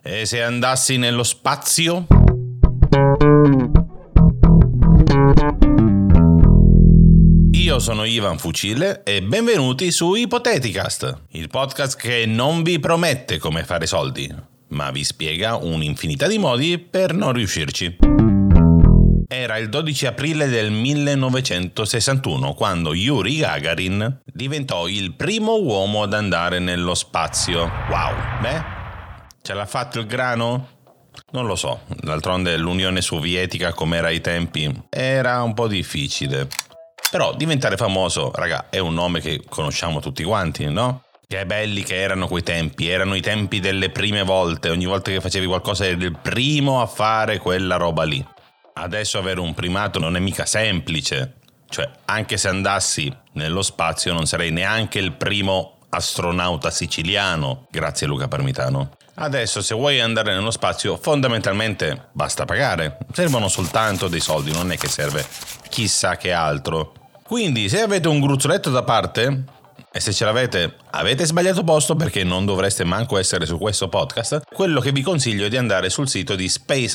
E se andassi nello spazio? Io sono Ivan Fucile e benvenuti su Ipoteticast, il podcast che non vi promette come fare soldi, ma vi spiega un'infinità di modi per non riuscirci. Era il 12 aprile del 1961 quando Yuri Gagarin diventò il primo uomo ad andare nello spazio. Wow, beh, ce l'ha fatto il grano? Non lo so, d'altronde l'Unione Sovietica, com'era ai tempi, era un po' difficile. Però diventare famoso, raga, è un nome che conosciamo tutti quanti, no? Che belli che erano quei tempi, erano i tempi delle prime volte, ogni volta che facevi qualcosa eri il primo a fare quella roba lì. Adesso avere un primato non è mica semplice, cioè anche se andassi nello spazio non sarei neanche il primo astronauta siciliano, grazie Luca Parmitano. Adesso se vuoi andare nello spazio fondamentalmente basta pagare, servono soltanto dei soldi, non è che serve chissà che altro. Quindi se avete un gruzzoletto da parte, e se ce l'avete avete sbagliato posto perché non dovreste manco essere su questo podcast, quello che vi consiglio è di andare sul sito di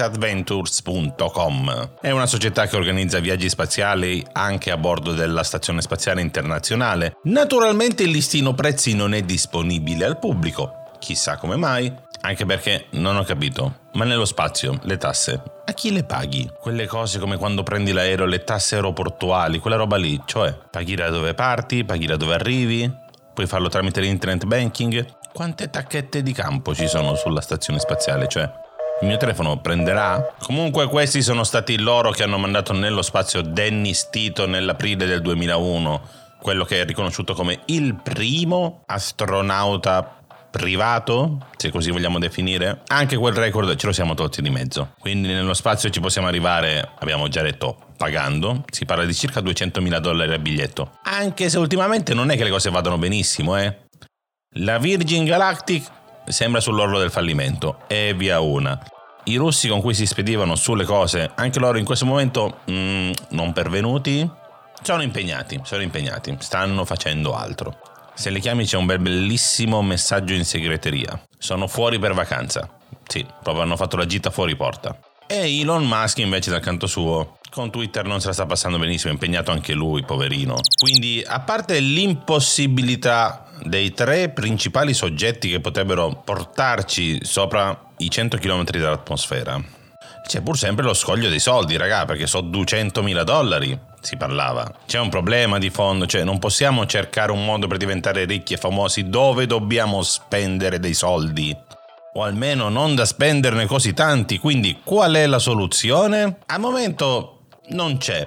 spaceadventures.com. È una società che organizza viaggi spaziali anche a bordo della Stazione Spaziale Internazionale. Naturalmente il listino prezzi non è disponibile al pubblico, chissà come mai, anche perché non ho capito, ma nello spazio le tasse a chi le paghi? Quelle cose come quando prendi l'aereo, le tasse aeroportuali, quella roba lì, cioè paghi da dove parti, paghi da dove arrivi, puoi farlo tramite l'internet banking. Quante tacchette di campo ci sono sulla stazione spaziale, cioè il mio telefono prenderà? Comunque questi sono stati loro che hanno mandato nello spazio Dennis Tito nell'aprile del 2001, quello che è riconosciuto come il primo astronauta privato, se così vogliamo definire. Anche quel record ce lo siamo tolti di mezzo, quindi nello spazio ci possiamo arrivare, abbiamo già detto, pagando. Si parla di circa $200.000 a biglietto, anche se ultimamente non è che le cose vadano benissimo, La Virgin Galactic sembra sull'orlo del fallimento e via una. I russi con cui si spedivano sulle cose, anche loro in questo momento non pervenuti, sono impegnati, stanno facendo altro. Se le chiami c'è un bellissimo messaggio in segreteria. Sono fuori per vacanza. Sì, proprio hanno fatto la gita fuori porta. E Elon Musk invece dal canto suo, con Twitter non se la sta passando benissimo, è impegnato anche lui, poverino. Quindi, a parte l'impossibilità dei tre principali soggetti che potrebbero portarci sopra i 100 km dall'atmosfera, c'è pur sempre lo scoglio dei soldi, raga, perché so $200.000. Si parlava. C'è un problema di fondo, cioè non possiamo cercare un modo per diventare ricchi e famosi dove dobbiamo spendere dei soldi, o almeno non da spenderne così tanti. Quindi qual è la soluzione? Al momento non c'è,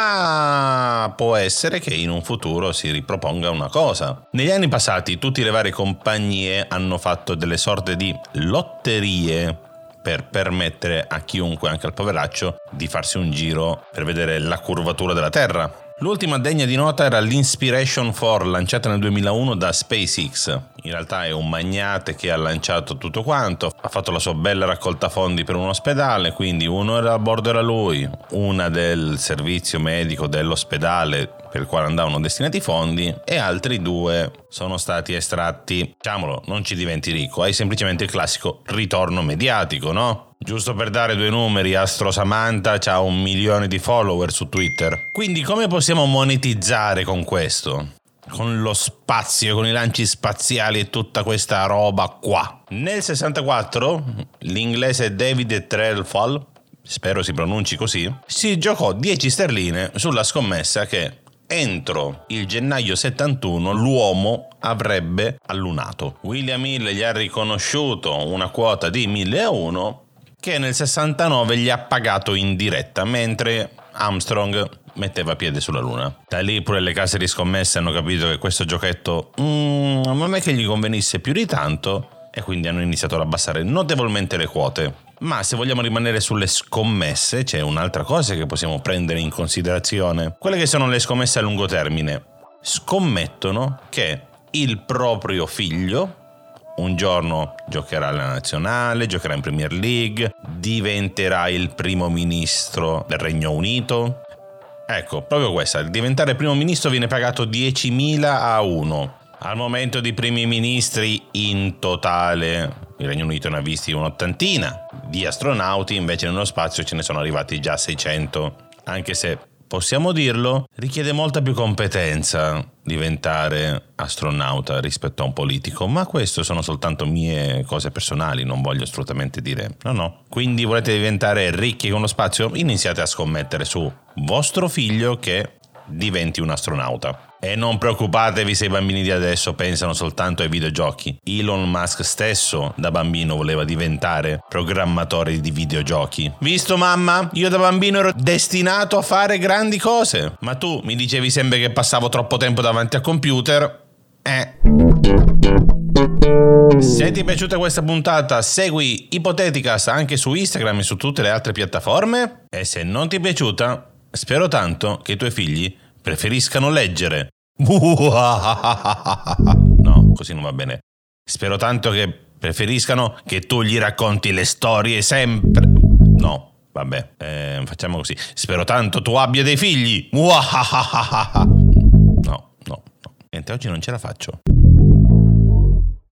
ma può essere che in un futuro si riproponga una cosa. Negli anni passati tutte le varie compagnie hanno fatto delle sorte di lotterie per permettere a chiunque, anche al poveraccio, di farsi un giro per vedere la curvatura della Terra. L'ultima degna di nota era l'Inspiration 4, lanciata nel 2001 da SpaceX. In realtà è un magnate che ha lanciato tutto quanto, ha fatto la sua bella raccolta fondi per un ospedale, quindi uno era a bordo era lui, una del servizio medico dell'ospedale per il quale andavano destinati i fondi, e altri due sono stati estratti. Diciamolo, non ci diventi ricco, hai semplicemente il classico ritorno mediatico, no? Giusto per dare due numeri, Astro Samantha c'ha 1 milione di follower su Twitter. Quindi come possiamo monetizzare con questo? Con lo spazio, con i lanci spaziali e tutta questa roba qua. Nel 64 l'inglese David Trelfall, spero si pronunci così, si giocò 10 sterline sulla scommessa che entro il gennaio 71 l'uomo avrebbe allunato. William Hill gli ha riconosciuto una quota di 1.001 che nel 69 gli ha pagato in diretta, mentre Armstrong metteva piede sulla luna. Da lì pure le case di scommesse hanno capito che questo giochetto non è che gli convenisse più di tanto, e quindi hanno iniziato ad abbassare notevolmente le quote. Ma se vogliamo rimanere sulle scommesse, c'è un'altra cosa che possiamo prendere in considerazione. Quelle che sono le scommesse a lungo termine. Scommettono che il proprio figlio un giorno giocherà alla nazionale, giocherà in Premier League, diventerà il primo ministro del Regno Unito. Ecco, proprio questa, diventare primo ministro viene pagato 10.000 a 1. Al momento di primi ministri in totale Il Regno Unito ne ha visti un'ottantina di astronauti, invece nello spazio ce ne sono arrivati già 600, anche se, possiamo dirlo, richiede molta più competenza diventare astronauta rispetto a un politico, ma questo sono soltanto mie cose personali, non voglio assolutamente dire no. Quindi volete diventare ricchi con lo spazio? Iniziate a scommettere su vostro figlio che diventi un astronauta. E non preoccupatevi se i bambini di adesso pensano soltanto ai videogiochi. Elon Musk stesso da bambino voleva diventare programmatore di videogiochi. Visto mamma? Io da bambino ero destinato a fare grandi cose. Ma tu mi dicevi sempre che passavo troppo tempo davanti al computer. Se ti è piaciuta questa puntata, segui Ipoteticast anche su Instagram e su tutte le altre piattaforme. E se non ti è piaciuta, spero tanto che i tuoi figli preferiscano leggere. No, così non va bene. Spero tanto che preferiscano che tu gli racconti le storie sempre. No, vabbè, facciamo così. Spero tanto tu abbia dei figli. No. Niente, oggi non ce la faccio.